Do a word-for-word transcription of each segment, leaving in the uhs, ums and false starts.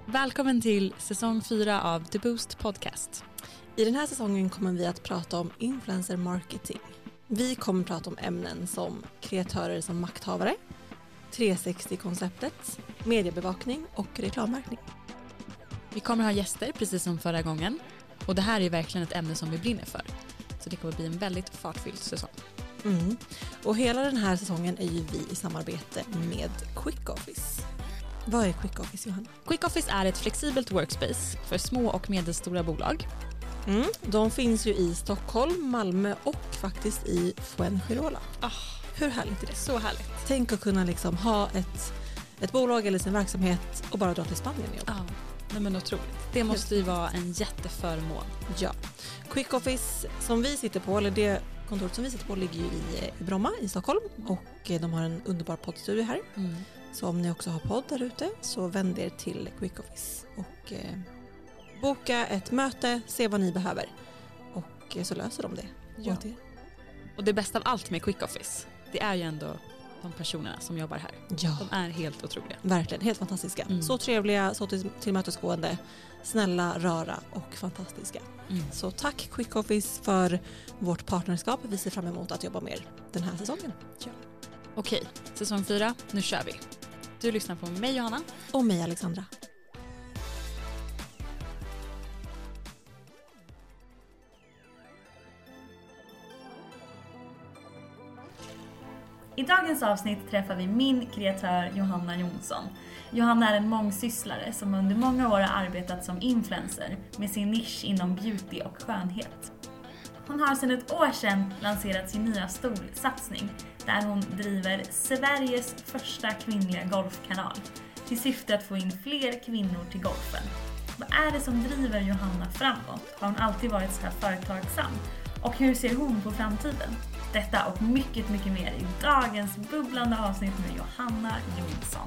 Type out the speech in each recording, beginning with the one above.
Välkommen till säsong fyra av The Boost Podcast. I den här säsongen kommer vi att prata om influencer marketing. Vi kommer att prata om ämnen som kreatörer som makthavare, trehundrasextio-konceptet, mediebevakning och reklammärkning. Vi kommer ha gäster precis som förra gången. Och det här är verkligen ett ämne som vi brinner för. Så det kommer bli en väldigt fartfylld säsong. Mm. Och hela den här säsongen är ju vi i samarbete med Quick Office. Vad är Quick Office, Johanna? Quick Office är ett flexibelt workspace för små och medelstora bolag. Mm. De finns ju i Stockholm, Malmö och faktiskt i Fuengirola. Oh, Hur härligt är det? så härligt. Tänk att kunna liksom ha ett, ett bolag eller sin verksamhet och bara dra till Spanien och jobba. Ja, nej men otroligt. Det måste ju vara en jätteförmån. Ja. Quick Office som vi sitter på, eller det kontoret som vi sitter på ligger ju i Bromma i Stockholm och de har en underbar poddstudio här. Mm. Så om ni också har podd där ute så vänd er till Quick Office och eh, boka ett möte, se vad ni behöver och eh, så löser de det. Ja. åt er. Och det bästa av allt med Quick Office, det är ju ändå de personerna som jobbar här. Ja. De är helt otroliga. Verkligen, helt fantastiska. Mm. Så trevliga, så till, tillmötesgående, snälla, rara och fantastiska. Mm. Så tack Quick Office för vårt partnerskap. Vi ser fram emot att jobba mer den här säsongen. Ja. Okej, säsong fyra, nu kör vi. Du lyssnar på mig Johanna. Och mig Alexandra. I dagens avsnitt träffar vi min kreatör Johanna Jonsson. Johanna är en mångsysslare som under många år har arbetat som influencer med sin nisch inom beauty och skönhet. Hon har sedan ett år sedan lanserat sin nya storsatsning där hon driver Sveriges första kvinnliga golfkanal till syfte att få in fler kvinnor till golfen. Vad är det som driver Johanna framåt? Har hon alltid varit så här företagsam? Och hur ser hon på framtiden? Detta och mycket, mycket mer i dagens bubblande avsnitt med Johanna Jonsson.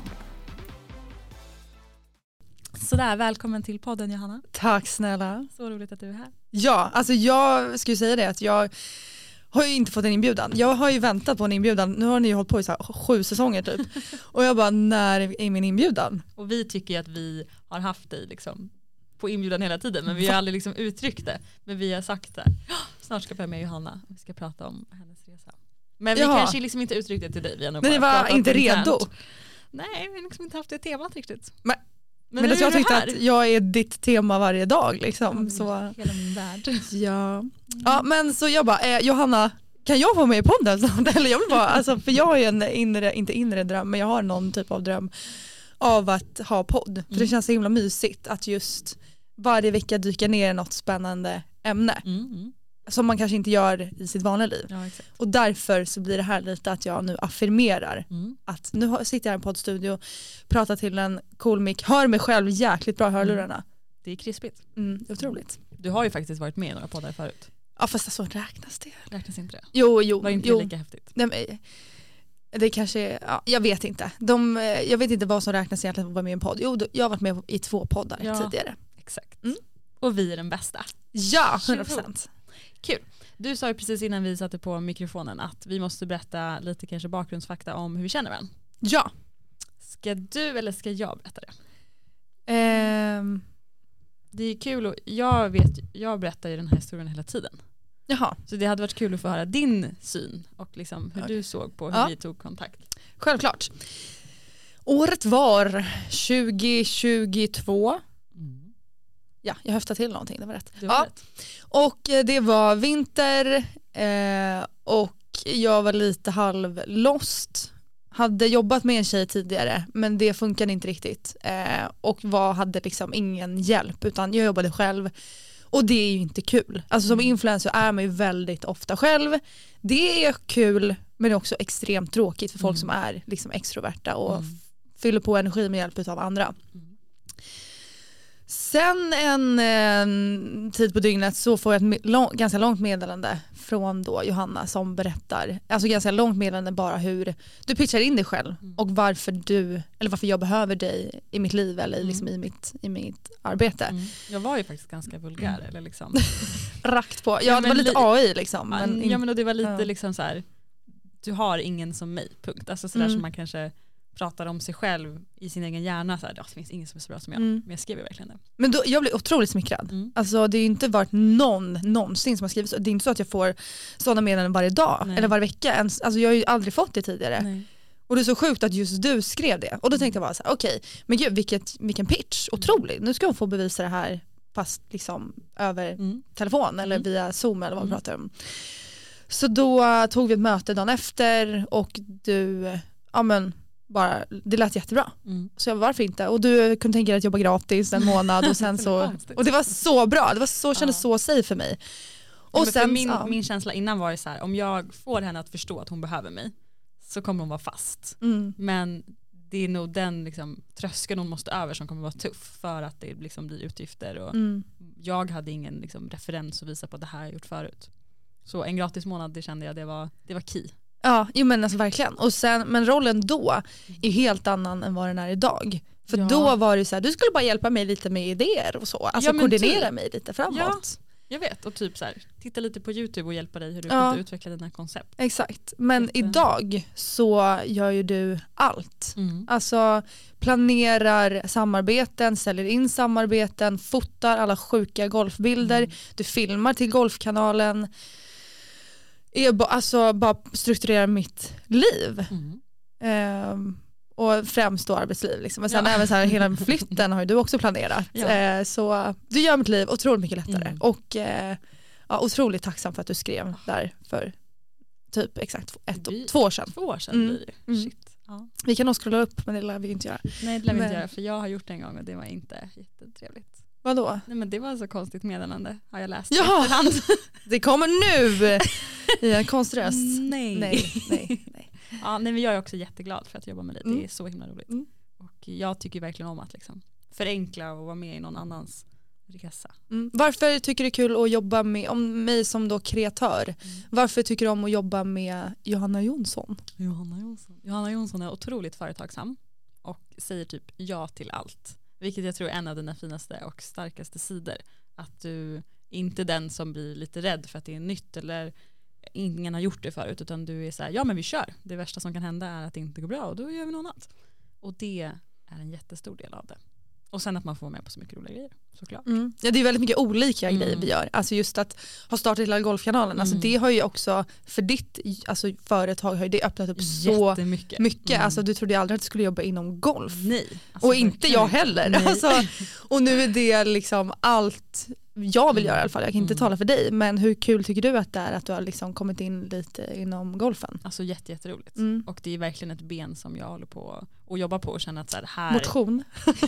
Sådär, välkommen till podden Johanna. Tack snälla. Så roligt att du är här. Ja, alltså jag skulle säga det att jag har ju inte fått en inbjudan. Jag har ju väntat på en inbjudan. Nu har ni ju hållit på i så här sju säsonger typ. Och jag bara, när är min inbjudan? Och vi tycker ju att vi har haft dig liksom på inbjudan hela tiden. Men vi har aldrig liksom uttryckt det. Men vi har sagt det. Snart ska jag med Johanna. Vi ska prata om hennes resa. Men vi ja. kanske liksom inte uttryckt det till dig. Vi har nog Men ni var inte redo? Nej, vi har liksom inte haft det temat riktigt. Men, men men alltså jag tyckte här. att jag är ditt tema varje dag. Liksom. Mm, så. Hela min värld. Ja. Mm. ja, men så jag bara, eh, Johanna, kan jag få med i podden? Eller jag vill bara, alltså, för jag har ju en inre, inte inre dröm, men jag har någon typ av dröm av att ha podd. För mm. det känns så himla mysigt att just varje vecka dyka ner i något spännande ämne. Mm, mm. Som man kanske inte gör i sitt vanliga liv. Ja, exakt. Och därför så blir det här lite att jag nu affirmerar Mm. att nu sitter jag i en poddstudio, pratar till en cool mic, hör mig själv jäkligt bra i hörlurarna. Mm. Det är krispigt. Mm, otroligt. Du har ju faktiskt varit med i några poddar förut. Ja, fast alltså räknas det? Räknas inte det? Jo, jo. Var inte jo. det lika häftigt? Nej, men, det kanske är, ja, jag vet inte. De, jag vet inte vad som räknas egentligen att vara med i en podd. Jo, jag har varit med i två poddar ja, tidigare. Exakt. Mm. Och vi är den bästa. Ja, hundra procent. Kul. Du sa ju precis innan vi satte på mikrofonen att vi måste berätta lite kanske bakgrundsfakta om hur vi känner varandra. Ja. Ska du eller ska jag berätta det? Ehm. Det är kul och jag vet, jag berättar ju den här historien hela tiden. Jaha. Så det hade varit kul att få höra din syn och liksom hur okay. du såg på hur ja. vi tog kontakt. Självklart. Året var tjugo tjugotvå. Mm. Ja, jag höftade till någonting, det var rätt. Det var ja. rätt. Och det var vinter eh, och jag var lite halv lost. Hade jobbat med en tjej tidigare men det funkade inte riktigt. Eh, och var, hade liksom ingen hjälp utan jag jobbade själv. Och det är ju inte kul. Alltså som influencer är man ju väldigt ofta själv. Det är kul men det är också extremt tråkigt för folk mm. som är liksom extroverta och mm. fyller på energi med hjälp av andra. Mm. Sen en, en tid på dygnet så får jag ett lång, ganska långt meddelande från då Johanna som berättar, alltså ganska långt meddelande bara hur du pitchar in dig själv mm. och varför du, eller varför jag behöver dig i mitt liv eller mm. liksom i mitt, i mitt arbete. Mm. Jag var ju faktiskt ganska vulgär eller liksom. Rakt på. Ja, ja det var lite li- A I liksom. Men ja men och det var lite ja. liksom så här, du har ingen som mig, punkt. Alltså sådär mm. som man kanske pratar om sig själv i sin egen hjärna. Så här, det finns ingen som är så bra som jag. Mm. Men jag skriver verkligen det. Men då, jag blir otroligt smickrad. Mm. Alltså det är inte varit någon någonsin som har skrivit så. Det är inte så att jag får sådana meddelanden varje dag Nej. eller varje vecka. Ens, alltså jag har ju aldrig fått det tidigare. Nej. Och det är så sjukt att just du skrev det. Och då tänkte jag bara så här, okej, okay, men gud vilket, vilken pitch, otroligt. Nu ska hon få bevisa det här fast liksom över Mm. telefon eller Mm. via Zoom eller vad vi Mm. pratar om. Så då tog vi ett möte dagen efter och du, ja men bara, det lät jättebra. Mm. Så jag, varför inte? Och du kunde tänka dig att jobba gratis en månad och sen så, och det var så bra, det var så, kändes Ja. så safe för mig. Och Ja, men sen, för min, ja. min känsla innan var ju så här, om jag får henne att förstå att hon behöver mig så kommer hon vara fast. Mm. Men det är nog den liksom, tröskeln hon måste över som kommer vara tuff för att det liksom blir utgifter. Och Mm. jag hade ingen liksom, referens att visa på att det här har jag gjort förut. Så en gratis månad, det kände jag, det var, det var key. Ja, jo, men alltså verkligen. Och sen, men rollen då är helt annan än vad den är idag. För Ja. då var det så här, du skulle bara hjälpa mig lite med idéer och så. Alltså Ja, men koordinera typ. mig lite framåt. Ja. Jag vet, och typ så här, titta lite på YouTube och hjälpa dig hur du Ja. kan utveckla dina koncept. Exakt, men Jätte. idag så gör ju du allt. Mm. Alltså planerar samarbeten, säljer in samarbeten, fotar alla sjuka golfbilder, Mm. du filmar till golfkanalen. Är ba, alltså bara strukturerar mitt liv. Mm. Ehm, och främst då arbetsliv. Liksom. Men sen Ja. även så här, hela flytten har ju du också planerat. Ja. Ehm, så du gör mitt liv otroligt mycket lättare. Mm. Och eh, ja, otroligt tacksam för att du skrev där för typ exakt ett, Vi- två år sedan. Två år sedan Mm. blir det. Mm. Shit. Ja. Vi kan nog scrolla upp men det lär vi inte göra. Nej, det lär vi inte Men- göra, för jag har gjort det en gång och det var inte jättetrevligt. Vadå? Nej, men det var så konstigt meddelande, har jag läst Ja! i efterhand. Det kommer nu i en konströst. Nej. Nej, nej, nej. Ja, nej, men jag är också jätteglad för att jobba med det. Mm. Det är så himla roligt. Mm. Och jag tycker verkligen om att liksom förenkla och vara med i någon annans resa. Mm. Varför tycker du det är kul att jobba med, om mig som då kreatör, Mm. varför tycker du om att jobba med Johanna Jonsson? Johanna Jonsson. Johanna Jonsson är otroligt företagsam och säger typ ja till allt. Vilket jag tror är en av dina finaste och starkaste sidor. Att du är inte den som blir lite rädd för att det är nytt eller ingen har gjort det förut, utan du är så här, ja men vi kör. Det värsta som kan hända är att det inte går bra och då gör vi något annat. Och det är en jättestor del av det. Och sen att man får vara med på så mycket roliga grejer, såklart. Mm. Ja, det är väldigt mycket olika Mm. grejer vi gör. Alltså just att ha startat hela golfkanalen, alltså Mm. det har ju också för ditt alltså företag har ju det öppnat upp så Jättemycket. mycket. Mm. Alltså du trodde aldrig att du skulle jobba inom golf. Nej. Alltså, Och inte verkligen jag inte. heller. Nej. Alltså, och nu är det liksom allt jag vill Mm. göra i alla fall. Jag kan inte Mm. tala för dig. Men hur kul tycker du att det är att du har liksom kommit in lite inom golfen? Alltså jätte, jätteroligt. Mm. Och det är verkligen ett ben som jag håller på och jobbar på och känner att så här, här Motion.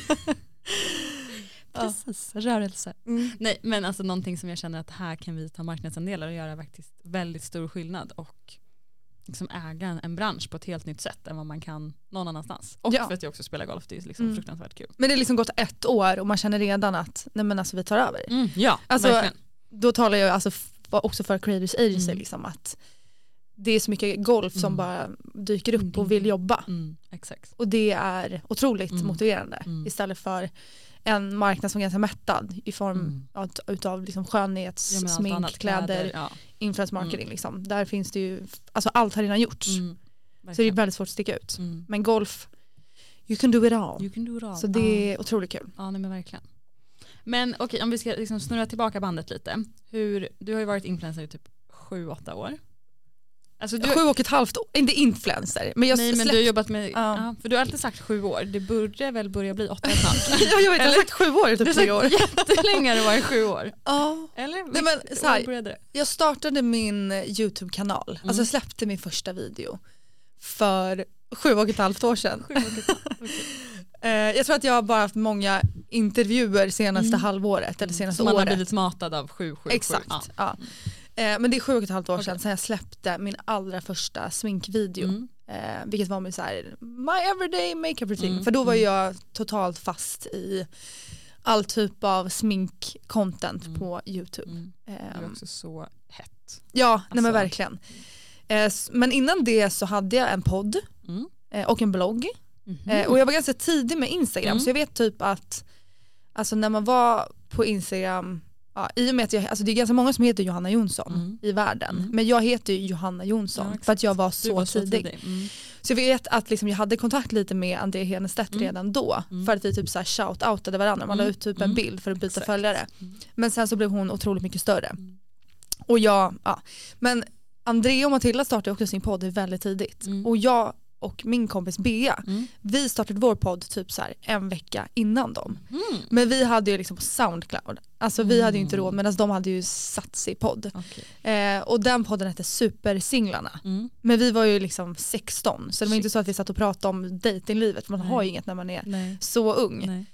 precis, rörelse. Mm. Nej, men alltså någonting som jag känner att här kan vi ta marknadsandelar och göra faktiskt väldigt stor skillnad och liksom äga en, en bransch på ett helt nytt sätt än vad man kan någon annanstans. Och Ja. för att jag också spelar golf, det är liksom Mm. fruktansvärt kul. Men det är liksom gått ett år och man känner redan att nej men alltså vi tar över. Mm, ja, Alltså, verkligen. Då talar jag alltså f- också för Creators Agency Mm. liksom att det är så mycket golf som Mm. bara dyker upp Mm. och vill jobba. Mm, exakt. Och det är otroligt Mm. motiverande Mm. istället för en marknad som är ganska mättad i form Mm. av, utav liksom Ja, skönhets, men allt smink, annat, kläder, ja. influence marketing. Mm. Liksom. Där finns det ju, alltså allt har redan gjorts. Mm, Så det är verkligen. väldigt svårt att sticka ut. Mm. Men golf, you can do it all. You can do it all. Så det är otroligt kul. Ja, nej, men verkligen. Men okej, om vi ska liksom snurra tillbaka bandet lite. Hur, du har ju varit influencer i typ sju, åtta år. Alltså du, Sju och ett halvt år, inte influencer. Men jag nej, men släpp- du har jobbat med, Ja. ja, för du har alltid sagt sju år. Det borde väl börja bli åtta och ett halvt. ja, jag vet, jag har Eller? sagt sju år i Du typ har tre år. sagt jättelänge det var i sju år. Ja. Eller? Nej, men Vilket så här- år började det? Jag startade min YouTube-kanal, Mm. alltså jag släppte min första video för sju och ett halvt år sedan. Sju och ett halvt, okej. Eh, jag tror att jag har bara haft många intervjuer senaste Mm. halvåret eller senaste Så man har året. blivit matad av sju, sju, Exakt. sju. Ja. Eh, men det är sju och ett halvt år Okej. sedan sedan jag släppte min allra första sminkvideo. Mm. Eh, vilket var med så här, my everyday makeup routine. Mm. För då var Mm. jag totalt fast i all typ av smink-content Mm. på YouTube. Mm. Det är Eh, också så hett. ja, nej men Alltså- verkligen. Eh, s- men innan det så hade jag en podd Mm. eh, och en blogg. Mhm. Eh, och jag var ganska tidig med Instagram Mm. så jag vet typ att alltså när man var på Instagram, ja, i och med att jag, alltså det är ganska många som heter Johanna Jonsson Mm. i världen, Mm. men jag heter ju Johanna Jonsson Ja, exakt. för att jag var Du så var så tidig. tidig. Mm. Så jag vet att liksom jag hade kontakt lite med André Henestedt Mm. redan då. Mm. För att vi typ så här shout-outade varandra. Man Mm. la ut typ en Mm. bild för att byta Exakt. följare. Mm. Men sen så blev hon otroligt mycket större. Mm. Och jag, ja. Men André och Matilda startade också sin podd väldigt tidigt. Mm. Och jag och min kompis Bea, Mm. vi startade vår podd typ så här en vecka innan dem. Mm. Men vi hade ju liksom på Soundcloud. Alltså vi Mm. hade ju inte råd, medan de hade ju satt sig i podd. Okay. Eh, och den podden hette Supersinglarna. Mm. Men vi var ju liksom sexton, så det var Shit. inte så att vi satt och pratade om datinglivet. Man Nej. har ju inget när man är Nej. så ung. Nej.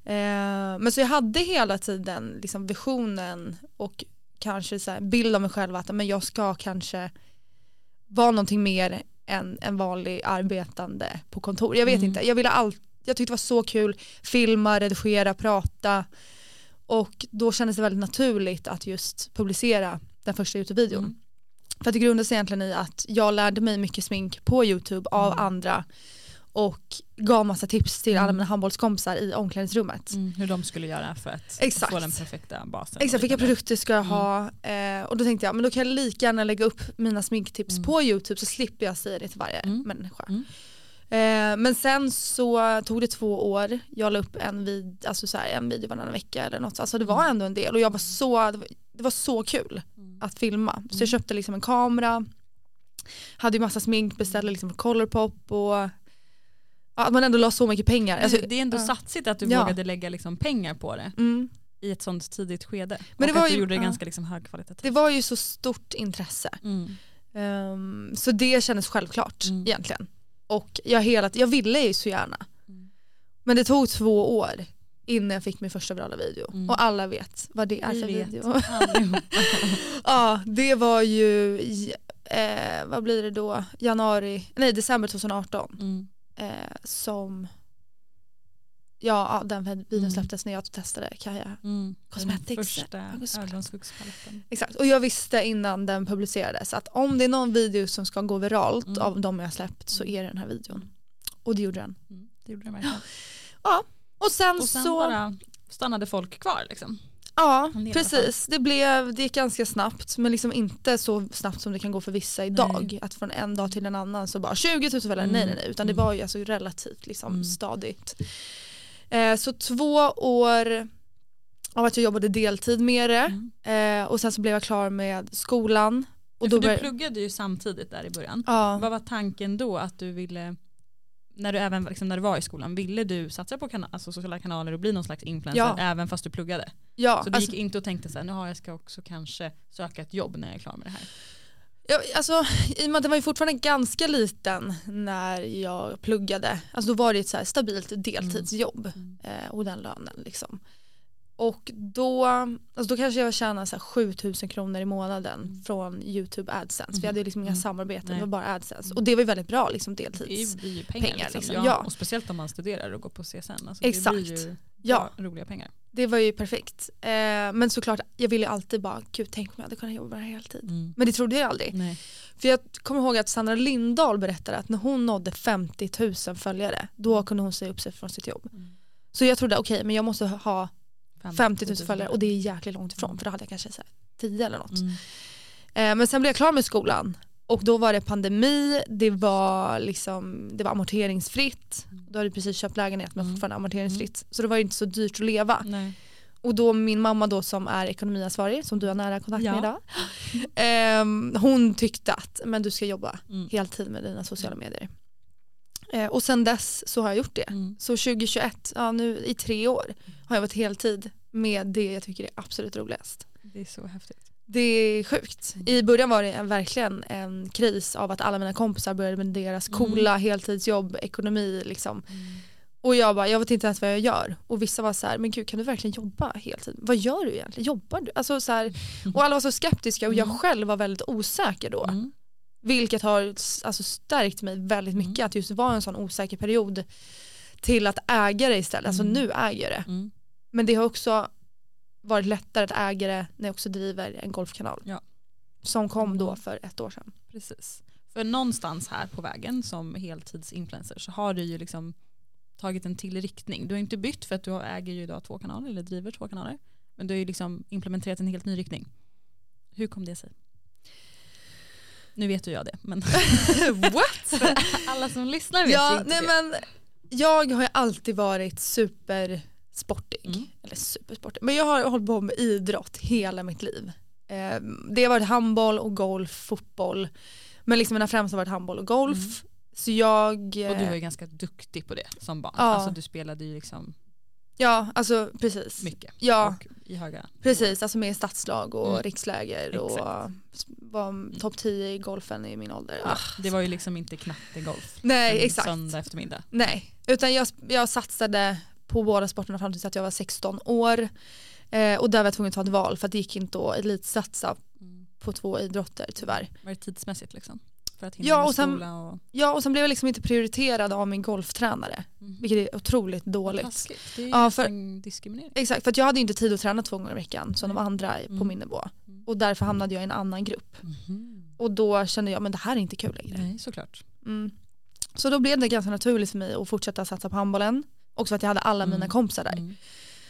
Eh, men så jag hade hela tiden liksom visionen och kanske så här bild av mig själv att men jag ska kanske vara någonting mer än en vanlig arbetande på kontor. Jag vet Mm. inte, jag ville allt, jag tyckte det var så kul, filma, redigera, prata, och då kändes det väldigt naturligt att just publicera den första YouTube-videon. Mm. För att det grundade sig egentligen i att jag lärde mig mycket smink på YouTube av Mm. andra och gav massa tips till Mm. alla mina handbollskompisar i omklädningsrummet. Mm. Hur de skulle göra för att Exakt. få den perfekta basen. Exakt, vilka produkter ska jag Mm. ha? Eh, och då tänkte jag, men då kan jag lika gärna lägga upp mina sminktips Mm. på YouTube, så slipper jag säga det till varje Mm. människa. Mm. Eh, men sen så tog det två år, jag la upp en, vid, alltså så här, en video varannan vecka eller något. Alltså det var Mm. ändå en del och jag var så, det var, det var så kul Mm. att filma. Så Mm. jag köpte liksom en kamera, hade ju massa smink, beställde liksom Colourpop och ja, att man ändå la så mycket pengar. Alltså, det är ändå ja. satsigt att du Ja. vågade lägga liksom pengar på det mm. i ett sånt tidigt skede. Men och det var att du ju- gjorde det ja. ganska liksom högkvalitativt. Det var ju så stort intresse. Mm. Um, så det kändes självklart Mm. egentligen. Och jag, hela, jag ville ju så gärna. Mm. Men det tog två år innan jag fick min första virala video. Mm. Och alla vet vad det är Vi för vet. video. Allihopa. Ja, det var ju i, eh, vad blir det då? Januari, nej december tjugoarton. Mm. Eh, som ja, ja, den videon Mm. släpptes när jag testade Kaja. Mm. Cosmetics. Den första Ögonskuggspalet. ögonskugspaletten. Exakt, och jag visste innan den publicerades att om det är någon video som ska gå viralt Mm. av de jag släppt så är det den här videon. Och det gjorde den. Mm. Det gjorde den verkligen. Och sen, Och sen så, bara stannade folk kvar liksom. ja Han är i alla precis, det, blev, det gick ganska snabbt men liksom inte så snabbt som det kan gå för vissa idag. Nej. Att från en dag till en annan så bara tjugo tusen följare, Mm. nej nej nej, utan det Mm. var ju alltså relativt liksom Mm. stadigt. Eh, så två år av att jag jobbade deltid med det Mm. eh, och sen så blev jag klar med skolan. Och Och då för bör- du pluggade ju samtidigt där i början. ja. Vad var tanken då att du ville, när du även liksom när du var i skolan, ville du satsa på kana- alltså sociala kanaler och bli någon slags influencer Ja. även fast du pluggade? Ja, Så du alltså, gick inte och tänkte så här, nu har jag ska också kanske söka ett jobb när jag är klar med det här. ja, alltså, i och med att det var ju fortfarande ganska liten när jag pluggade. Alltså då var det ett så här stabilt deltidsjobb Mm. eh, och den lönen liksom. Och då, alltså då kanske jag tjänade så här sju tusen kronor i månaden Mm. från YouTube AdSense. Mm. Vi hade ju liksom inga Mm. samarbeten, Nej. det var bara AdSense. Och det var ju väldigt bra liksom Det är ju, deltids. det är ju pengar, pengar, liksom. liksom. Ja. Ja. Och speciellt om man studerar och går på C S N. Alltså Exakt. Det blir ju Ja. bra, roliga pengar. Det var ju perfekt. Eh, men såklart, jag ville ju alltid bara, gud tänk om jag hade kunnat jobba här heltid. Mm. Men det trodde jag aldrig. Nej. För jag kommer ihåg att Sandra Lindahl berättade att när hon nådde femtio tusen följare, då kunde hon säga upp sig från sitt jobb. Mm. Så jag trodde, okej, men jag måste ha femtio tusen följare och det är jäkligt långt ifrån, Mm. för då hade jag kanske så här tio eller något. Mm. Eh, men sen blev jag klar med skolan och då var det pandemi, det var, liksom, det var amorteringsfritt. Då hade jag precis köpt lägenhet men Mm. fortfarande amorteringsfritt. Så det var ju inte så dyrt att leva. Nej. Och då min mamma då som är ekonomiansvarig, som du har nära kontakt Ja. med idag, ehm, hon tyckte att men du ska jobba Mm. heltid med dina sociala medier. Eh, och sen dess så har jag gjort det. Mm. Så tjugohundratjugoett, ja, nu i tre år har jag varit heltid med det jag tycker är absolut roligast. Det är så häftigt. Det är sjukt. Mm. I början var det en, verkligen en kris av att alla mina kompisar började med deras coola Mm. heltidsjobb, ekonomi liksom. Mm. Och jag bara, jag vet inte ens vad jag gör. Och vissa var så här, men gud kan du verkligen jobba heltid? Vad gör du egentligen? Jobbar du? Alltså så här, och alla var så skeptiska och jag Mm. själv var väldigt osäker då. Mm. Vilket har alltså, stärkt mig väldigt mycket Mm. att just vara en sån osäker period till att äga det istället. Alltså Mm. nu äger jag det. Mm. Men det har också varit lättare att äga det när jag också driver en golfkanal. Ja. Som kom då Mm. för ett år sedan. Precis. För någonstans här på vägen som heltidsinfluencer så har du ju liksom tagit en till riktning. Du har inte bytt för att du äger ju idag två kanaler eller driver två kanaler. Men du har ju liksom implementerat en helt ny riktning. Hur kom det sig? Nu vet ju jag det. Men What? alla som lyssnar vet Ja, ju inte nej, det. men jag har ju alltid varit supersportig. Mm. Eller supersportig. Men jag har hållit på med idrott hela mitt liv. Eh, det har varit handboll och golf, fotboll. Men liksom mina främsta har varit handboll och golf. Mm. Så jag... Och du var ju ganska duktig på det som barn. Ja. Alltså du spelade ju liksom Ja, alltså precis. mycket. Ja, Och i höga. precis. Alltså med stadslag och Mm. riksläger. Och Exakt. var topp tio i golfen i min ålder. Ah. Det var ju liksom inte knattegolf. Nej, en exakt. Söndag eftermiddag. Nej, utan jag, jag satsade på båda sporterna fram tills att jag var sexton år. Eh, och där var jag tvungen att ta ett val för att det gick inte att elitsatsa Mm. på två idrotter tyvärr. Var det tidsmässigt liksom? För att hinna Ja, med och sen- skola och... Ja, och sen blev jag liksom inte prioriterad av min golftränare, Mm. vilket är otroligt dåligt. Taskigt. Det är ju Ja, ja, för- en diskriminering. Exakt, för att jag hade ju inte tid att träna två gånger i veckan som de andra på Mm. min nivå. Mm. Och därför hamnade jag i en annan grupp. Mhm. Och då kände jag, men det här är inte kul längre. Nej, såklart. Mm. Så då blev det ganska naturligt för mig att fortsätta satsa på handbollen. Också för att jag hade alla mina Mm. kompisar där. Mm.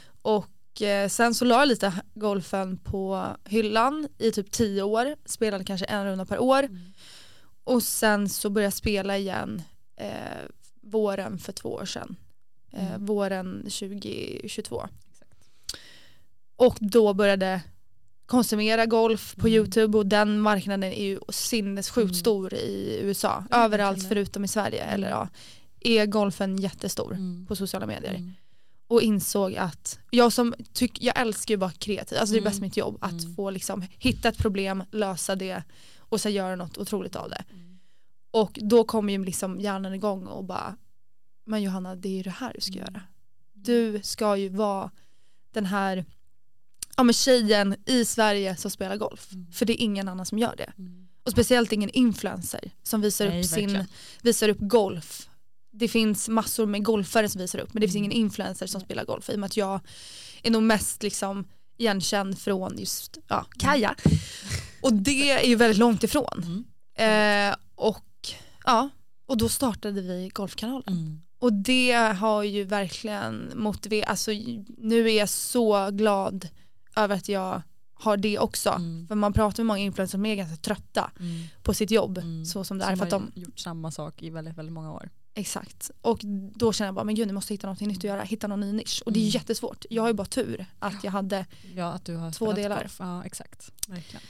Och eh, sen så la jag lite golfen på hyllan i typ tio år. Spelade kanske en runda per år. Mm. Och sen så började jag spela igen eh, våren för två år sedan. Eh, Mm. Våren tjugohundratjugotvå. Exakt. Och då började konsumera golf på Mm. YouTube och den marknaden är ju sinnessjukt Mm. stor i U S A. Ja, Överallt verkligen. förutom i Sverige. Mm. Eller ja, är golfen jättestor Mm. på sociala medier. Mm. Och insåg att jag som tyck, jag älskar ju bara kreativ, alltså det är Mm. bäst mitt jobb att Mm. få liksom hitta ett problem, lösa det och sen göra något otroligt av det. Mm. Och då kommer ju liksom hjärnan igång och bara, men Johanna, det är ju det här du ska Mm. göra. Du ska ju vara den här ja, men tjejen i Sverige som spelar golf. Mm. För det är ingen annan som gör det. Mm. Och speciellt ingen influencer som visar Nej, upp sin verkligen. visar upp golf. Det finns massor med golfare som visar upp, men det finns Mm. ingen influencer som spelar golf i och med att jag är nog mest liksom igenkänd från just ja, Kaja. Och det är ju väldigt långt ifrån. Mm. Eh, och ja, och då startade vi Golfkanalen. Mm. Och det har ju verkligen motiverat, alltså nu är jag så glad över att jag har det också. Mm. För man pratar med många influencers som är ganska trötta Mm. på sitt jobb. Mm. Så som det är. Som För att har de, gjort samma sak i väldigt, väldigt många år. exakt. Och då känner jag bara, men gud, ni måste hitta något nytt att göra. Hitta någon ny nisch. Och det är Mm. jättesvårt. Jag har ju bara tur att jag hade Ja, att du har Två spelat delar. golf. Ja, exakt. Verkligen.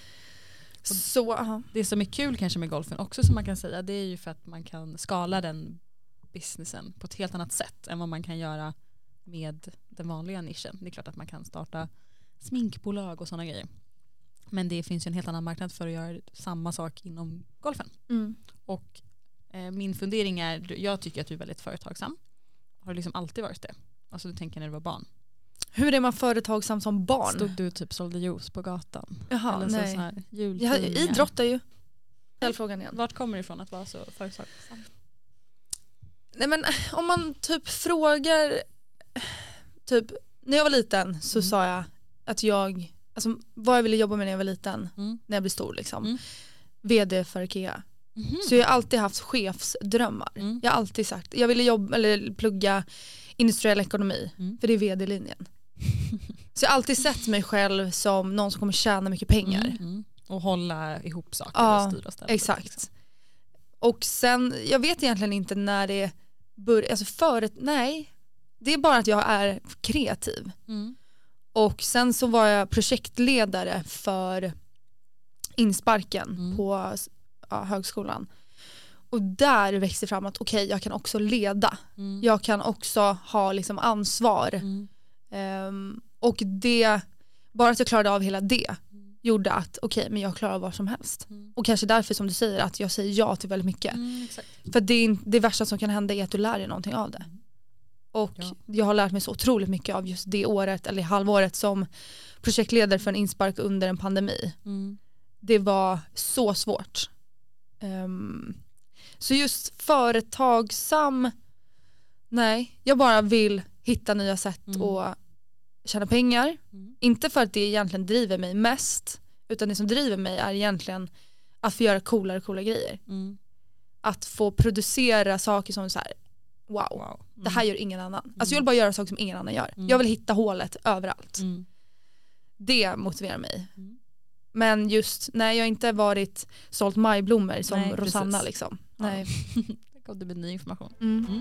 så, aha. Det som är kul kanske med golfen också som man kan säga, det är ju för att man kan skala den businessen på ett helt annat sätt än vad man kan göra med den vanliga nischen. Det är klart att man kan starta sminkbolag och sådana grejer. Men det finns ju en helt annan marknad för att göra samma sak inom golfen. Mm. Och eh, min fundering är, jag tycker att du är väldigt företagsam. Har du liksom alltid varit det? Alltså du tänker när du var barn. Hur är man företagsam som barn? Stod du typ sålde juice på gatan? Jaha, Eller så, nej. så här, Jag jultidningar? idrottar ju. Ställ frågan igen. Vart kommer det ifrån att vara så företagsam? Nej, men om man typ frågar typ när jag var liten så Mm. sa jag att jag alltså vad jag ville jobba med när jag var liten Mm. när jag blev stor liksom. Mm. vd för IKEA. Mhm. Så jag har alltid haft chefsdrömmar. Mm. Jag har alltid sagt jag ville jobba eller plugga industriell ekonomi Mm. för det är vd-linjen. Så jag har alltid sett mig själv som någon som kommer tjäna mycket pengar. Mm. Mm. Och hålla ihop saker Ja, och styra och ställa. Exakt. Liksom. Och sen, jag vet egentligen inte när det börjar, alltså förut, nej. Det är bara att jag är kreativ. Mm. Och sen så var jag projektledare för insparken Mm. på ja, högskolan. Och där växte fram att okej, okay, jag kan också leda. Mm. Jag kan också ha liksom ansvar. Mm. Ehm, och det, bara att jag klarade av hela det Mm. gjorde att okej, okay, men jag klarar vad som helst. Mm. Och kanske därför som du säger att jag säger ja till väldigt mycket. Mm, exakt. För det, är in- det värsta som kan hända är att du lär dig någonting av det. Och Ja. jag har lärt mig så otroligt mycket av just det året eller halvåret som projektledare för en inspark under en pandemi. Mm. Det var så svårt. Ehm, så just företagsam, nej, jag bara vill hitta nya sätt Mm. att tjäna pengar. Mm. Inte för att det egentligen driver mig mest, utan det som driver mig är egentligen att få göra coolare, coola grejer. Mm. Att få producera saker som så här, wow, Wow. Mm. det här gör ingen annan. Alltså jag vill bara göra saker som ingen annan gör. Mm. Jag vill hitta hålet överallt. Mm. Det motiverar mig. Mm. Men just, nej jag har inte varit sålt majblommor som Nej, Rosanna precis. liksom. Ja. Nej. Det kom det med ny information. Mm. Mm.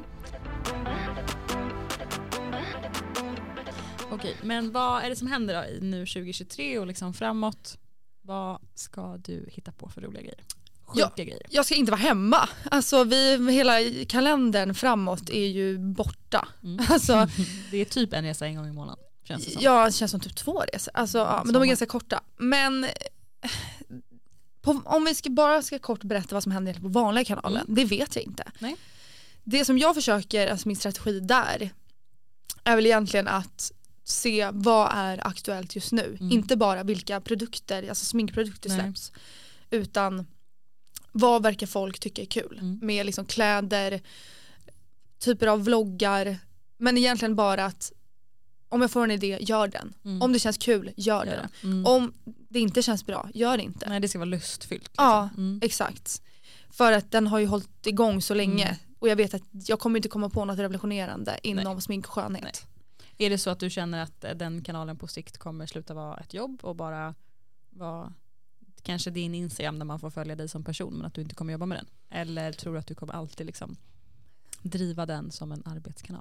Okej, men vad är det som händer då i nu tjugo tjugotre och liksom framåt? Vad ska du hitta på för roliga grejer? Sjuka Ja. grejer. Jag ska inte vara hemma. Alltså vi, hela kalendern framåt är ju borta. Mm. Alltså, Det är typ en resa en gång i månaden. Känns det som. ja, det känns som typ två resor. Alltså, ja, men de är ganska korta. Men på, om vi ska bara ska kort berätta vad som händer på vanliga kanalen, Mm. det vet jag inte. Nej. Det som jag försöker, alltså min strategi där, är väl egentligen att se vad är aktuellt just nu. Mm. Inte bara vilka produkter, alltså sminkprodukter Nej. släpps, utan vad verkar folk tycka är kul. Mm. Med liksom kläder, typer av vloggar, men egentligen bara att om jag får en idé, gör den. Mm. Om det känns kul, gör Gör den. det. Mm. Om det inte känns bra, gör det inte. Nej, det ska vara lustfyllt. Liksom. Ja, Mm. exakt. För att den har ju hållit igång så länge. Mm. Och jag vet att jag kommer inte komma på något revolutionerande inom Nej. smink och skönhet. Nej. Är det så att du känner att eh, den kanalen på sikt kommer sluta vara ett jobb och bara vara kanske din Instagram där man får följa dig som person men att du inte kommer jobba med den? Eller tror du att du kommer alltid liksom driva den som en arbetskanal?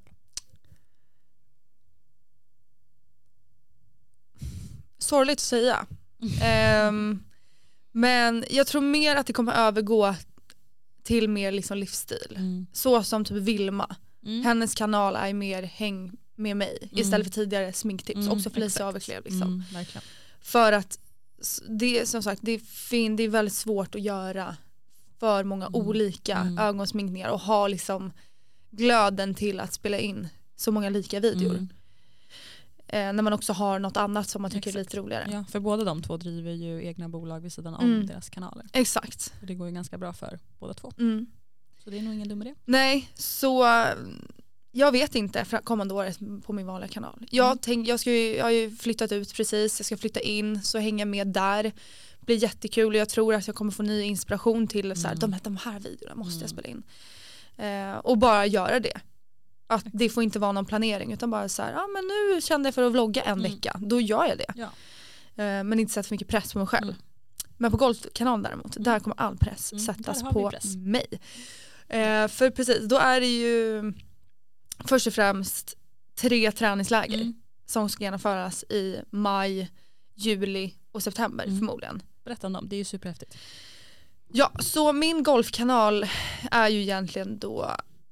Sorgligt att säga. Ehm, men jag tror mer att det kommer övergå till mer liksom livsstil. Mm. Så som typ Vilma. Mm. Hennes kanal är mer häng med mig Mm. istället för tidigare sminktips. Mm, Också Felicia exakt. Aveklev liksom. Mm, verkligen. För att s- det som sagt det är, fin, det är väldigt svårt att göra för många Mm. olika Mm. ögonsminkningar och ha liksom glöden till att spela in så många lika videor. Mm. Eh, när man också har något annat som man tycker är Exakt. lite roligare. Ja, för båda de två driver ju egna bolag vid sidan om Mm. deras kanaler. Exakt. Och det går ju ganska bra för båda två. Mm. Så det är nog ingen dum idé. Nej, så eh, jag vet inte för kommande året på min vanliga kanal. Jag, Mm. tänk, jag, ska ju, jag har ju flyttat ut precis, jag ska flytta in så hänga med där. Det blir jättekul och jag tror att jag kommer få ny inspiration till så här, Mm. de, här, de här videorna måste jag Mm. spela in. Eh, och bara göra det. Att det får inte vara någon planering utan bara så här, ja men nu kände jag för att vlogga en Mm. vecka, då gör jag det. Ja. Eh, men inte sätta för mycket press på mig själv. Mm. Men på Golfkanalen däremot, Mm. där kommer all press Mm, sättas där har vi på press. mig. Eh, för precis, då är det ju först och främst tre träningsläger Mm. som ska genomföras i maj, juli och september Mm. förmodligen. Berätta om dem, det är ju superhäftigt. Ja, så min golfkanal är ju egentligen då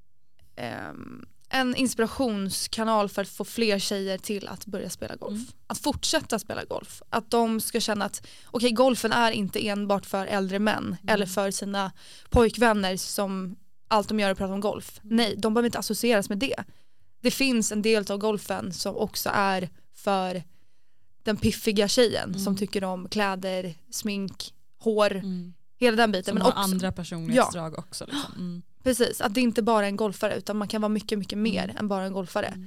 ehm, en inspirationskanal för att få fler tjejer till att börja spela golf. Mm. Att fortsätta spela golf. Att de ska känna att okej, golfen är inte enbart för äldre män Mm. eller för sina pojkvänner som allt de gör är prata om golf. Mm. Nej, de behöver inte associeras med det. Det finns en del av golfen som också är för den piffiga tjejen Mm. som tycker om kläder, smink, hår, Mm. hela den biten. Som Men har också, andra personlighetsdrag också. Liksom. Mm. precis, att det inte bara är en golfare utan man kan vara mycket, mycket mer Mm. än bara en golfare. Mm.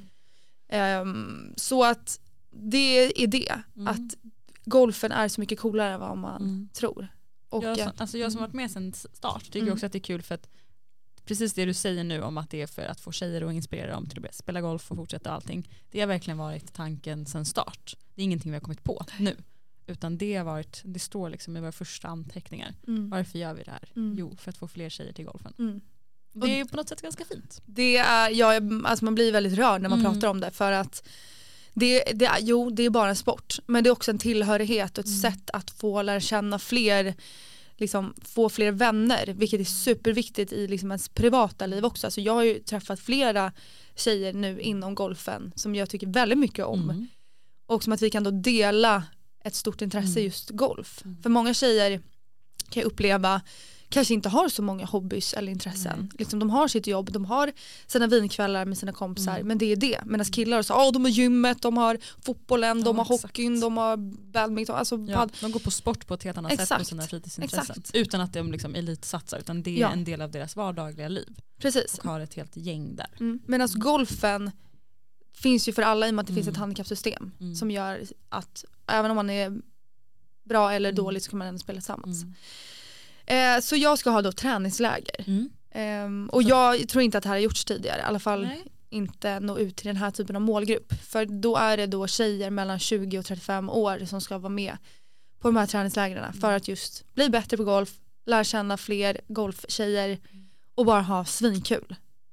Ehm, så att det är det. Mm. Att golfen är så mycket coolare än vad man Mm. tror. Och, jag, som, eh, alltså jag som varit med sedan start tycker Mm. också att det är kul för att precis det du säger nu om att det är för att få tjejer att inspirera dem till att spela golf och fortsätta allting. Det har verkligen varit tanken sedan start. Det är ingenting vi har kommit på nu. Utan det har varit, det står liksom i våra första anteckningar. mm, Varför gör vi det här? Mm. Jo, för att få fler tjejer till golfen. mm. Det är på något sätt ganska fint. Det är, ja, alltså man blir väldigt rörd när man Mm. pratar om det för att det, det är, jo, det är bara en sport men det är också en tillhörighet och ett Mm. sätt att få lära känna fler, liksom, få fler vänner vilket är superviktigt i liksom ens privata liv också. Alltså jag har ju träffat flera tjejer nu inom golfen som jag tycker väldigt mycket om Mm. och som att vi kan då dela ett stort intresse Mm. just golf. Mm. För många tjejer kan jag uppleva kanske inte har så många hobbys eller intressen. Nej. Liksom, de har sitt jobb, de har sina vinkvällar med sina kompisar Mm. men det är det. Medan killar så, oh, de har gymmet, de har fotbollen, de Ja, har exakt. hockeyn, de har badminton. Alltså, Ja, pad- de går på sport på ett helt annat sätt på Exakt. sina fritidsintressen. Exakt. Utan att de liksom elitsatsar utan det är Ja. en del av deras vardagliga liv. Precis. Och har ett helt gäng där. Mm. Medan golfen finns ju för alla i och med att det Mm. finns ett handikappsystem Mm. som gör att även om man är bra eller Mm. dåligt så kan man ändå spela tillsammans. Mm. Eh, så jag ska ha då träningsläger. Mm. Ehm, och Så- jag tror inte att det här har gjorts tidigare, i alla fall Nej. inte nå ut till den här typen av målgrupp. För då är det då tjejer mellan tjugo och trettiofem år som ska vara med på de här träningslägren Mm. för att just bli bättre på golf, lära känna fler golftjejer och bara ha svinkul.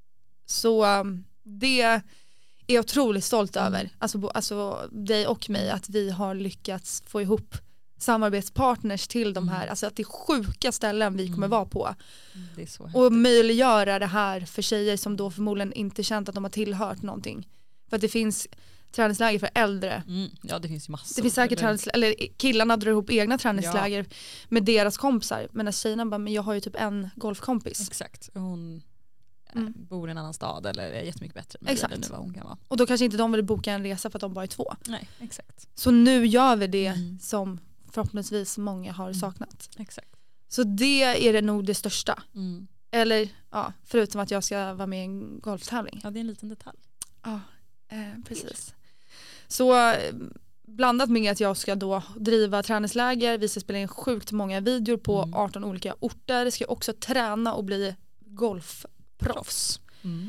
Så um, det är jag otroligt stolt Mm. över. Alltså, bo- alltså dig och mig, att vi har lyckats få ihop samarbetspartners till de här, Mm. alltså att det är sjuka ställen vi kommer Mm. vara på. Mm, det är så Och häftigt. möjliggöra det här för tjejer som då förmodligen inte känt att de har tillhört någonting. För att det finns träningsläger för äldre. Mm. Ja, det finns ju massor. Det finns säkert Eller- träningsläger, eller killarna drar ihop egna träningsläger med deras kompisar. Men tjejerna bara, men jag har ju typ en golfkompis. Exakt. Hon eh, Mm. bor i en annan stad eller är jättemycket bättre än mig, Exakt. eller nu vad hon kan vara. Och då kanske inte de vill boka en resa för att de bara är två. Nej, exakt. Så nu gör vi det Mm. som förhoppningsvis många har Mm. saknat. Exakt. Så det är det nog det största. Mm. Eller ja, förutom att jag ska vara med i en golftävling. Ja, det är en liten detalj. Ja, eh, precis. Så eh, blandat med att jag ska då driva träningsläger, vi ska spela in sjukt många videor på Mm. arton olika orter, ska jag också träna och bli golfproffs. Mm.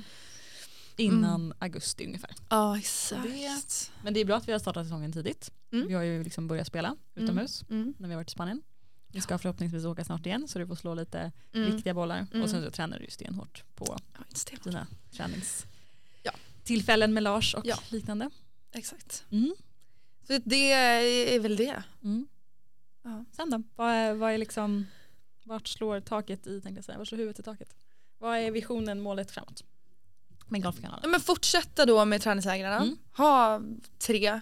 Innan augusti ungefär. Ja, Så det- Men det är bra att vi har startat säsongen tidigt. Mm. Vi har ju liksom börjat spela utomhus Mm. när vi har varit i Spanien. Vi ska förhoppningsvis åka snart igen så du får slå lite Mm. riktiga bollar. Mm. Och sen så tränar du ju stenhårt på Ja, just det. dina tränings Ja. tillfällen med Lars och Ja. liknande. Exakt. Mm. Så det är väl det. Mm. Ja. Sen då? Vad är, vad är liksom, vart slår taket i, tänkte jag säga. Vart slår huvudet i taket? Vad är visionen, målet framåt? Med golfkanalen. Men fortsätta då med träningslägren. Mm. Ha tre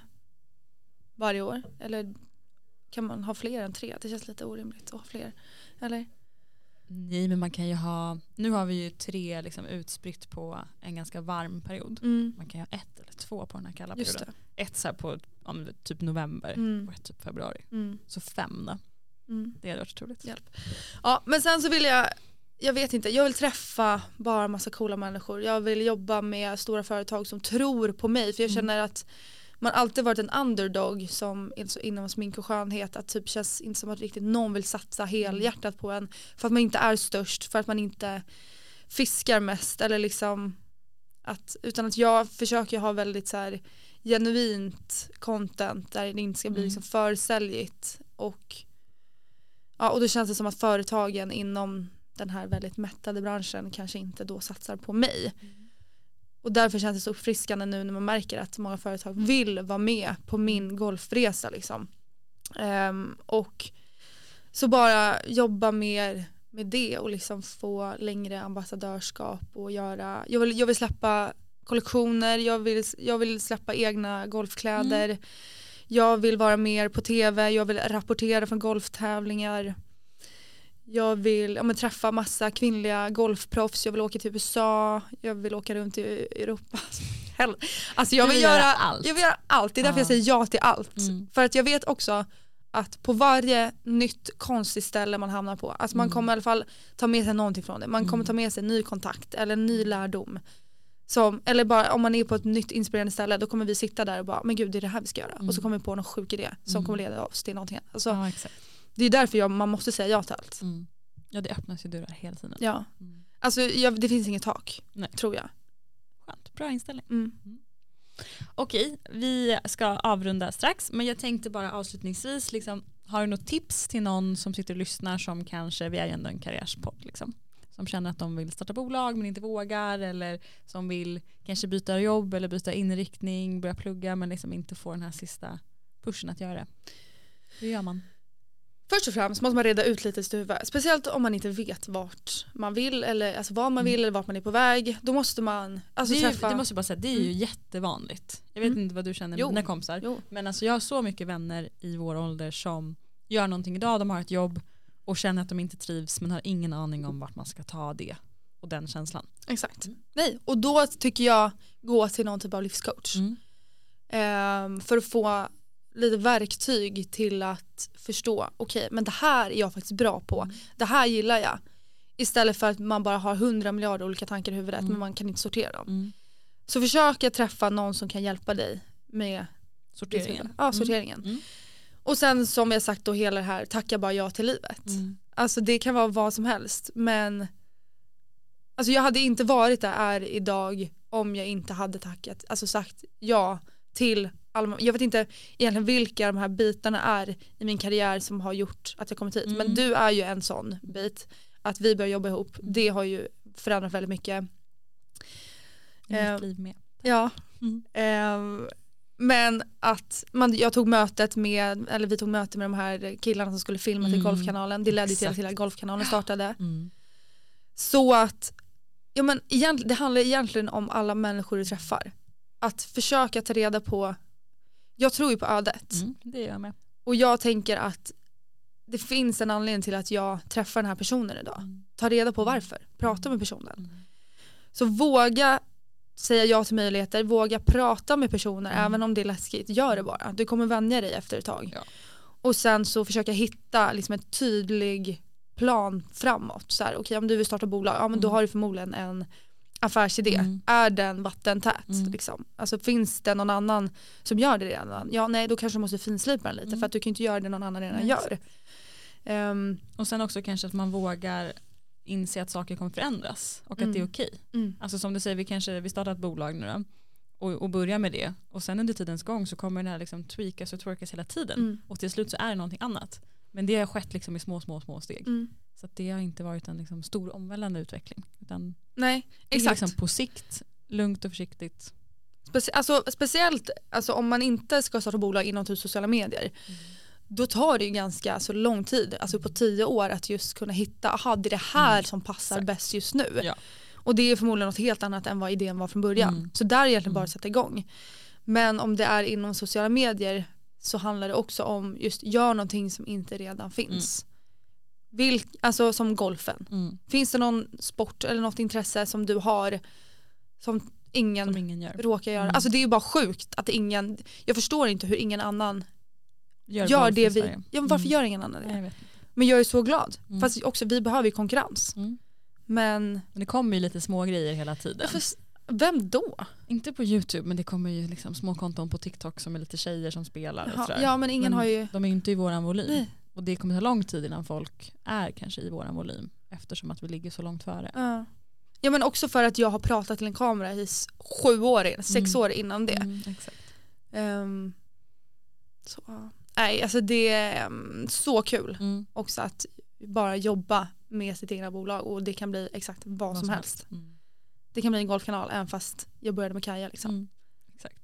varje år. Eller kan man ha fler än tre? Det känns lite orimligt att ha fler. Eller? Nej, men man kan ju ha, nu har vi ju tre liksom utspritt på en ganska varm period. Mm. Man kan ju ha ett eller två på den här kalla Just perioden. det. Ett så här på ja, men typ november Mm. och ett typ februari. Mm. Så fem då. Mm. Det hade varit otroligt. Ja. Ja, men sen så vill jag, jag vet inte, jag vill träffa bara massa coola människor. Jag vill jobba med stora företag som tror på mig. För jag Mm. känner att man alltid varit en underdog som inom smink och skönhet. Att typ känns inte som att riktigt någon vill satsa helhjärtat på en. För att man inte är störst, för att man inte fiskar mest. Eller liksom att, utan att jag försöker ha väldigt så här genuint content där det inte ska bli Mm. liksom försäljigt. Och ja, och då känns det som att företagen inom den här väldigt mättade branschen kanske inte då satsar på mig. Och därför känns det så uppfriskande nu när man märker att många företag vill vara med på min golfresa liksom. Ehm, och så bara jobba mer med det och liksom få längre ambassadörskap och göra, jag vill, jag vill släppa kollektioner, jag vill, jag vill släppa egna golfkläder. Mm. Jag vill vara mer på tv, jag vill rapportera från golftävlingar. Jag vill ja, men, träffa massa kvinnliga golfproffs, jag vill åka till U S A, jag vill åka runt i Europa. Hell- Alltså jag Du vill, vill göra, göra allt. jag vill göra allt, det är därför Ja. jag säger ja till allt. Mm. För att jag vet också att på varje nytt konstigt ställe man hamnar på, alltså man Mm. kommer i alla fall ta med sig någonting från det. Man kommer Mm. ta med sig ny kontakt eller ny lärdom. Som, eller bara om man är på ett nytt inspirerande ställe, då kommer vi sitta där och bara, men gud det är det här vi ska göra. Mm. Och så kommer vi på någon sjuk idé som Mm. kommer leda oss till någonting. Alltså, Ja, exakt. det är därför jag, man måste säga ja till allt. Mm. Ja, det öppnas ju dörrar hela tiden. Ja. Mm. Alltså jag, det finns inget tak, Nej. tror jag. Skönt, bra inställning. Mm. Okej, vi ska avrunda strax, men jag tänkte bara avslutningsvis, liksom, har du något tips till någon som sitter och lyssnar som kanske, vi är ju ändå en karriärspodd, liksom, som känner att de vill starta bolag men inte vågar, eller som vill kanske byta jobb eller byta inriktning, börja plugga men liksom inte får den här sista pushen att göra det. Hur gör man? Först och främst måste man reda ut lite i sitt huvud. Speciellt om man inte vet vart man vill eller alltså vad man Mm. vill eller vart man är på väg. Då måste man alltså, det, är ju, träffa... det måste jag bara säga, det är ju Mm. jättevanligt. Jag vet Mm. inte vad du känner med Jo. dina kompisar. Jo. Men alltså jag har så mycket vänner i vår ålder som gör någonting idag, de har ett jobb och känner att de inte trivs men har ingen aning om vart man ska ta det och den känslan. Exakt. Mm. Nej, och då tycker jag gå till någon typ av livscoach. Mm. Ehm, för att få lite verktyg till att förstå, okej, men det här är jag faktiskt bra på. Mm. Det här gillar jag. Istället för att man bara har hundra miljarder olika tankar i huvudet Mm. men man kan inte sortera dem. Mm. Så försök att träffa någon som kan hjälpa dig med Sorteringen. Ja, sorteringen. Mm. Och sen som jag sagt då hela det här, tacka bara ja till livet. Mm. Alltså det kan vara vad som helst, men alltså jag hade inte varit där är idag om jag inte hade tackat, alltså sagt ja till all, jag vet inte egentligen vilka de här bitarna är i min karriär som har gjort att jag kommit hit. Mm. Men du är ju en sån bit. Att vi börjar jobba ihop. Det har ju förändrat väldigt mycket. I mitt liv med. Ja. Mm. Eh, men att man, jag tog mötet med, eller vi tog möte med de här killarna som skulle filma till mm. Golfkanalen. Det ledde till, till att Golfkanalen startade. Mm. Så att ja, men egentligen, det handlar egentligen om alla människor du träffar. Att försöka ta reda på, jag tror ju på ödet. Mm, det gör jag med. Och jag tänker att det finns en anledning till att jag träffar den här personen idag. Mm. Ta reda på varför. Prata med personen. Mm. Så våga säga ja till möjligheter. Våga prata med personer mm. även om det är läskigt. Gör det bara. Du kommer vänja dig efter ett tag. Ja. Och sen så försöka hitta liksom en tydlig plan framåt. Så här, okej, om du vill starta bolag, ja, men mm. då har du förmodligen en affärsidé. Mm. Är den vattentät? Mm. Liksom? Alltså, finns det någon annan som gör det redan? Ja, nej, då kanske du måste finslipa den lite. Mm. För att du kan inte göra det någon annan redan nej, gör. Um, och sen också kanske att man vågar inse att saker kommer förändras. Och mm. att det är okej. Mm. Alltså som du säger, vi kanske vi startar ett bolag nu då. Och, och börjar med det. Och sen under tidens gång så kommer den här liksom tweakas och twerkas hela tiden. Mm. Och till slut så är det någonting annat. Men det har skett liksom i små, små, små steg. Mm. Så att det har inte varit en liksom stor omvälvande utveckling. Utan nej, exakt. Det är liksom på sikt, lugnt och försiktigt. Specie- alltså, speciellt alltså, om man inte ska starta bolag inom typ sociala medier. Mm. Då tar det ju ganska alltså, lång tid. Alltså på tio år att just kunna hitta, aha, det är det här mm. som passar exakt. Bäst just nu. Ja. Och det är förmodligen något helt annat än vad idén var från början. Mm. Så där är egentligen mm. bara att sätta igång. Men om det är inom sociala medier så handlar det också om just gör någonting som inte redan finns. Mm. Vilk, alltså som golfen. Mm. Finns det någon sport eller något intresse som du har som ingen, som ingen gör. råkar göra? Mm. Alltså det är ju bara sjukt att ingen, jag förstår inte hur ingen annan gör, gör det vi, ja, men varför mm. gör ingen annan det? Jag vet. Men jag är så glad. Mm. Fast också vi behöver ju konkurrens. Mm. Men, men det kommer ju lite små grejer hela tiden. För, vem då? Inte på YouTube, men det kommer ju liksom små konton på TikTok som är lite tjejer som spelar. Och Jaha, ja, men ingen men har ju... de är ju inte i våran volym. Nej. Och det kommer ta lång tid innan folk är kanske i våran volym. Eftersom att vi ligger så långt före. Ja, ja men också för att jag har pratat till en kamera i sju år, sex mm. år innan det. Mm, exakt. Um, så, nej, alltså det är um, så kul mm. också att bara jobba med sitt egna bolag. Och det kan bli exakt vad, vad som, som helst. helst. Mm. Det kan bli en golfkanal även fast jag började med Kaja liksom. Mm. Exakt.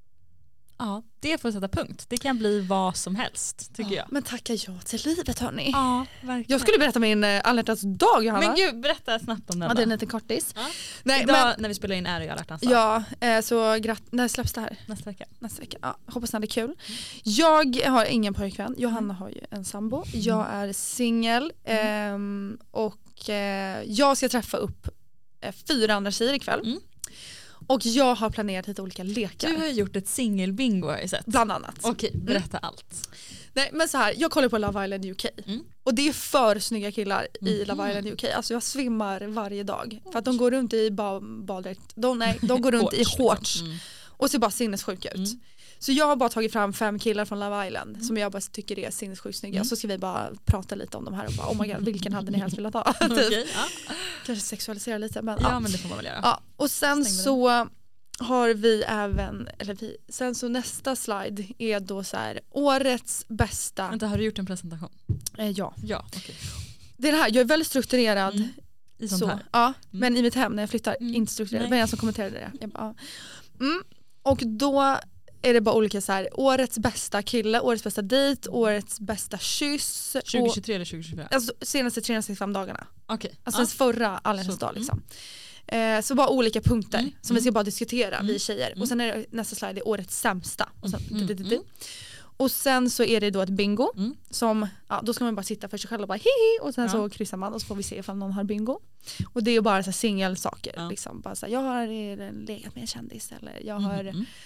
Ja, det får sätta punkt. Det kan bli vad som helst tycker ja, jag. Men tacka ja till livet hörni. Ja, verkligen. Jag skulle berätta min äh, alla hjärtans dag, Johanna. Men gud, berätta snabbt om den. Ja, det är en liten kortis. Ja. Nej, idag men, när vi spelar in är det ju alla hjärtans dag. Ja, eh, så gratt, när släpps det här? Nästa vecka. Nästa vecka. Ja, hoppas det är kul. Mm. Jag har ingen pojkvän. Johanna har ju en sambo. Mm. Jag är singel. Mm. Eh, och eh, jag ska träffa upp eh, fyra andra tjejer ikväll. Mm. Och jag har planerat lite olika lekar. Du har gjort ett singelbingo har jag sett. Bland annat. Okej, berätta mm. allt. Nej, men så här, jag kollar på Love Island U K. Mm. Och det är för snygga killar i mm. Love Island U K. Alltså jag svimmar varje dag. För att de går runt i ba- baddräkt. De, nej, de går runt i shorts. Mm. Och ser bara sinnessjuka ut. Mm. Så jag har bara tagit fram fem killar från Love Island. Mm. Som jag bara tycker är sinnessjukt snygga. Mm. Så ska vi bara prata lite om de här. Och bara, oh my god, vilken hade ni helst velat ha? typ. Okay, ja. Kanske sexualisera lite. Men, ja, ja, men det får man väl göra. Ja. Och sen så... har vi även, eller vi, sen så nästa slide är då så här, årets bästa. Vänta, har du gjort en presentation? Eh, ja. Ja, okej. Okay. Det är det här, jag är väldigt strukturerad. Mm. I sånt så, här? Ja, mm. men i mitt hem när jag flyttar, mm. inte strukturerad. Men jag som kommenterade det. Jag bara, ja. mm. Och då är det bara olika så här, årets bästa kille, årets bästa dejt, årets bästa kyss. tjugohundratjugotre eller tjugohundratjugofyra? Alltså senaste trehundrasextiofem dagarna. Okej. Okay. Alltså ah. förra alla hennes dag liksom. Mm. Eh, så bara olika punkter mm. som mm. vi ska bara diskutera, mm. vi tjejer. Mm. Och sen är det nästa slide är årets sämsta. Och sen, mm. d- d- d- och sen så är det då ett bingo. Mm. Som, ja, då ska man bara sitta för sig själv och bara hihi. Och sen ja. så kryssar man och så får vi se ifall någon har bingo. Och det är ju bara så singelsaker. Ja. Liksom. Bara så här, jag har legat med en kändis. Eller jag har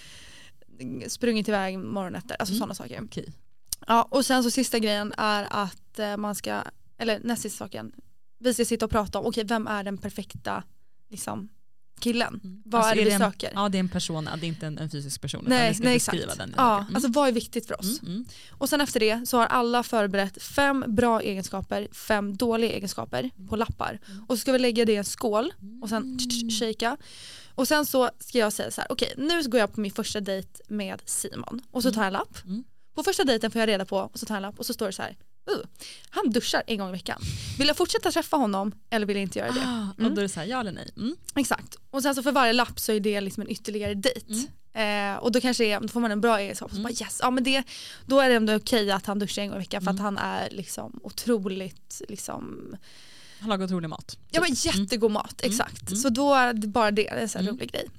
mm. sprungit iväg morgonetter. Alltså mm. sådana saker. Okay. Ja, och sen så sista grejen är att eh, man ska, eller nästa sista saken. Vi ska sitta och prata om, okej, okay, vem är den perfekta liksom killen. Mm. Vad alltså är det vi söker? En, ja, det är en persona, det är inte en, en fysisk person. Nej, ska nej exakt. Den ja, mm. alltså vad är viktigt för oss? Mm, mm. Och sen efter det så har alla förberett fem bra egenskaper, fem dåliga egenskaper på lappar. Mm. Och så ska vi lägga det i en skål och sen shaka. Och sen så ska jag säga så här, okej, nu går jag på min första dejt med Simon. Och så tar jag en lapp. Mm. På första dejten får jag reda på, och så tar jag en lapp och så står det så här, uh, han duschar en gång i veckan. Vill jag fortsätta träffa honom eller vill jag inte göra det? Ah, Mm. och då är det så här, ja eller nej. Mm. Exakt. Och sen så för varje lapp så är det liksom en ytterligare dejt. Mm. Eh, och då kanske är, då får man en bra egenskap. Mm. Så bara, yes, ja, men det, då är det ändå okej att han duschar en gång i veckan för Mm. att han är liksom otroligt liksom, Han lagar otrolig mat. ja men jättegod mat, Mm. exakt. Mm. Så då är det bara det, det är en sån här Mm. rolig grej.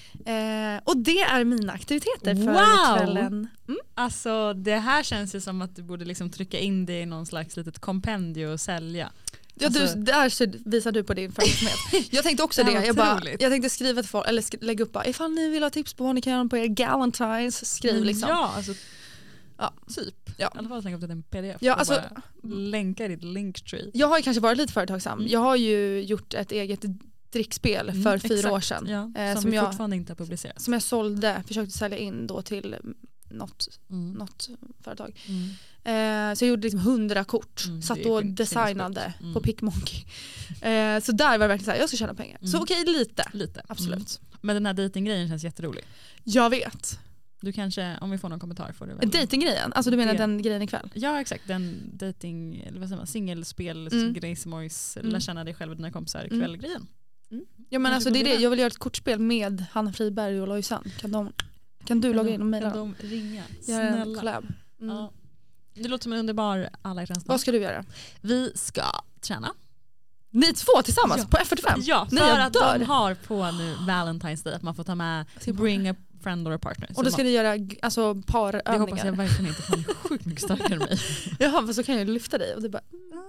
Eh, och det är mina aktiviteter för Wow! kvällen. Mm. Alltså det här känns ju som att du borde liksom trycka in det i någon slags litet kompendio och sälja. Ja, Alltså- du, där så visar du på din följsamhet. Jag tänkte också Det det. här var Jag, bara, otroligt. jag tänkte skriva till folk, eller sk- lägga upp bara, ifall ni vill ha tips på vad ni kan göra på er Galentines, skriv liksom. Ja, alltså Ja. typ. Ja. I alla fall slänga upp det i en pdf. Ja, och alltså- bara länka i ditt linktree. Jag har ju kanske varit lite företagsam. Mm. Jag har ju gjort ett eget drickspel Mm, för fyra exakt. år sedan. Ja, Eh, som, som vi jag- fortfarande inte har publicerat. Som jag sålde, försökte sälja in då till något, Mm. något företag. Mm. Eh, så jag gjorde liksom hundra kort. Mm, satt det är då och sjukt designade sinnessjukt. Mm. på Pickmonkey. Eh, så där var det verkligen så här, jag ska tjäna pengar. Mm. Så okej, lite. Lite. Absolut. Mm. Men den här dejtinggrejen känns jätterolig. Jag vet. Du kanske, om vi får någon kommentar får du väl. Datinggrejen, alltså du menar Det. den grejen ikväll? Ja exakt, den dating, eller vad säger man, singelspel, Mm. grejsmojs, Mm. lär känna dig själv och dina kompisar Mm. kväll-grejen. Ja men Kanske alltså det är borde det, det. jag vill göra ett kortspel med Hanna Friberg och Lojsan. Kan, de, kan du logga in och mejla Kan dem? de ringa? Göra en Snälla. collab. Mm. Ja. Det låter som en underbar alla hjärtans dag. Vad ska du göra? Vi ska träna. Ni två tillsammans Ja. på F fyrtiofem? Ja, Nej, för jag att dör. de har på nu Valentine's Day att man får ta med Sin bring a friend or a partner. Och Så då ska man- ni göra g- alltså, det hoppas jag parövningar? verkligen inte, för han är sjukt mycket starkare än mig. Jaha, för så kan jag lyfta dig och det är bara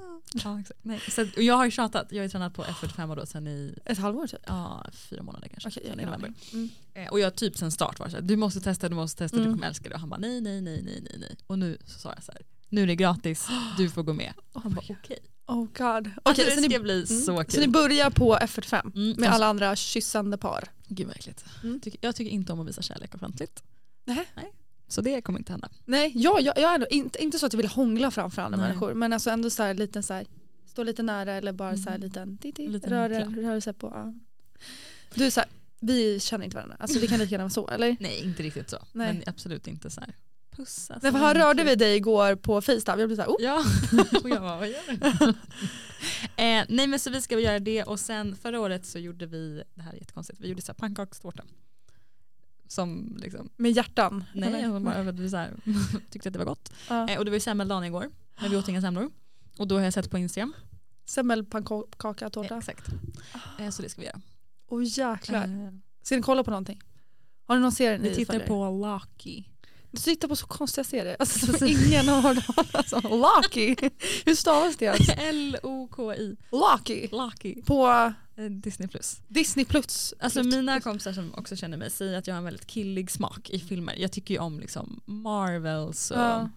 Ja, exakt. Nej, så, att- och jag har ju tjatat, jag har ju tränat på F fyrtiofem och då sen i ett halvår typ. ja, fyra månader kanske. Okej, sen jag i kan november. mm. Eh, Och jag typ sen start var så här, du måste testa, du måste testa, du Mm. kommer älska det. Och han bara nej, nej, nej, nej, nej, nej. Och nu så sa jag så här, nu är det gratis, du får gå med. Och han bara okej. Oh god. Okej, Alltså, så, det ni, ska bli så mm. kul. så ni börjar på F fyrtiofem Mm, med alltså- alla andra kyssande par? Gud vad äckligt. Mm. Tycker- Jag tycker inte om att visa kärlek offentligt. Nej. Så det kommer inte hända. Nej, jag, jag, jag är ändå inte, inte så att jag vill hångla framför andra Nej. människor, men alltså ändå så här, liten så här, stå lite nära eller bara så här Mm. liten, titi, Liten rör, kram. rörelse på. Ja. Du är så här, vi känner inte varandra, alltså det kan lika gärna vara så, eller? Nej, inte riktigt så. Nej. Men absolut inte så här pussa. Nej, för han rörde vi dig igår på FaceTime, jag blev så här, oh. Ja, och jag bara, vad gör du? eh, nej men så vi ska göra det och sen förra året så gjorde vi, det här är jättekonstigt, vi gjorde så här pannkakstårta. Som liksom, Med hjärtan. nej eller? jag bara, vi så här, tyckte att det var gott. Ja. Eh, och det var ju semmeldagen igår, men vi åt inga semlor. Och då har jag sett på Instagram. Semmelpannkaka, tårta. Eh, exakt. Eh, så det ska vi göra. Åh jäklar. Eh, Ska ni kolla på någonting? Har ni någon serie ni vi tittar följer? på Lucky. Du tittar på så konstiga serier. Alltså som ingen har hört talas om. Lucky. Hur stavas det ens? L O K I. Lucky. Lucky. På Eh, Disney plus. Disney plus. Alltså Plus. mina kompisar som också känner mig säger att jag har en väldigt killig smak i filmer. Jag tycker ju om liksom Marvels och Ja.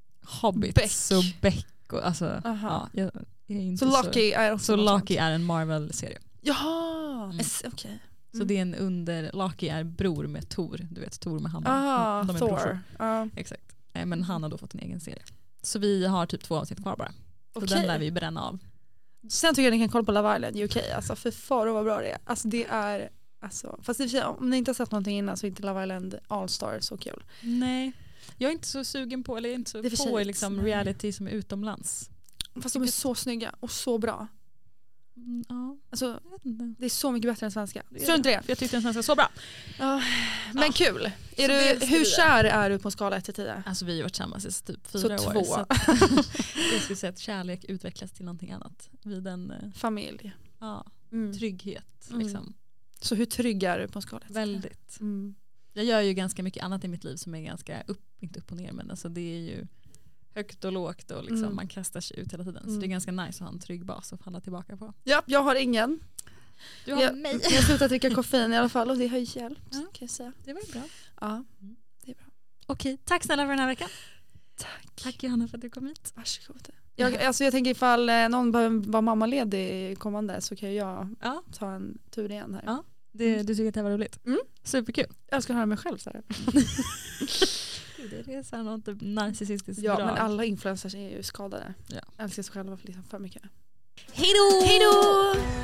Hobbits Beck. och Beck. Och, alltså, Aha. ja, jag är inte Så så, Lucky är också så något Lucky sånt. är en Marvel-serie. Jaha. Mm. Es- Okej. Så Mm. det är en under, Lucky är bror med Thor. Du vet Thor med hammaren. Aha, De är brorsor. Thor. Ja. Exakt. Eh, Men han har då fått en egen serie. Så vi har typ två avsnitt kvar bara. Så Okej. den lär vi bränna av. Sen tycker jag ni kan kolla på Love Island U K. Alltså för faro vad bra det är. Alltså det är alltså, fast i och för sig, om ni inte har sett någonting innan så är inte Love Island All Star så kul. Nej. Jag är inte så sugen på, eller jag är inte så Det är för på sig- liksom nej. reality som är utomlands. Fast de är så snygga och så bra. Mm, ja, Alltså jag vet inte. det är så mycket bättre än svenska. Det är Tror du inte det? För jag tyckte den svenska var så bra. Ja. Men Ja. kul. Är Så det du, ska hur vi kär är du på en skala ett till tio? Alltså vi har varit tillsammans i typ Så fyra år. två. Så att jag skulle säga att kärlek utvecklas till någonting annat. Vid en eh, Familj. ja, Mm. trygghet. Mm. Liksom. Så hur trygg är du på en skala ett till tio? Väldigt. Mm. Jag gör ju ganska mycket annat i mitt liv som är ganska upp, inte upp och ner, men alltså det är ju högt och lågt och liksom Mm. man kastar sig ut hela tiden. Så Mm. det är ganska nice att ha en trygg bas att falla tillbaka på. Ja, jag har ingen. Du har jag, mig. Jag har slutat dricka koffein i alla fall och det har ju hjälpt. Ja. Kan jag säga. Det var ju bra. Ja, Okej, tack snälla för den här veckan. tack. Tack Johanna för att du kom hit. Varsågod. Jag, alltså jag tänker ifall eh, någon behöver vara mammaledig kommande så kan jag Ja, ta en tur igen här. Ja. det, du tycker att det här var roligt? Mm. Superkul. Jag ska höra mig själv så här. Det är så här något typ narcissistiskt Ja, drag. men alla influencers är ju skadade. Ja. Älskar sig själva för, liksom för mycket. Hej då! Hej då!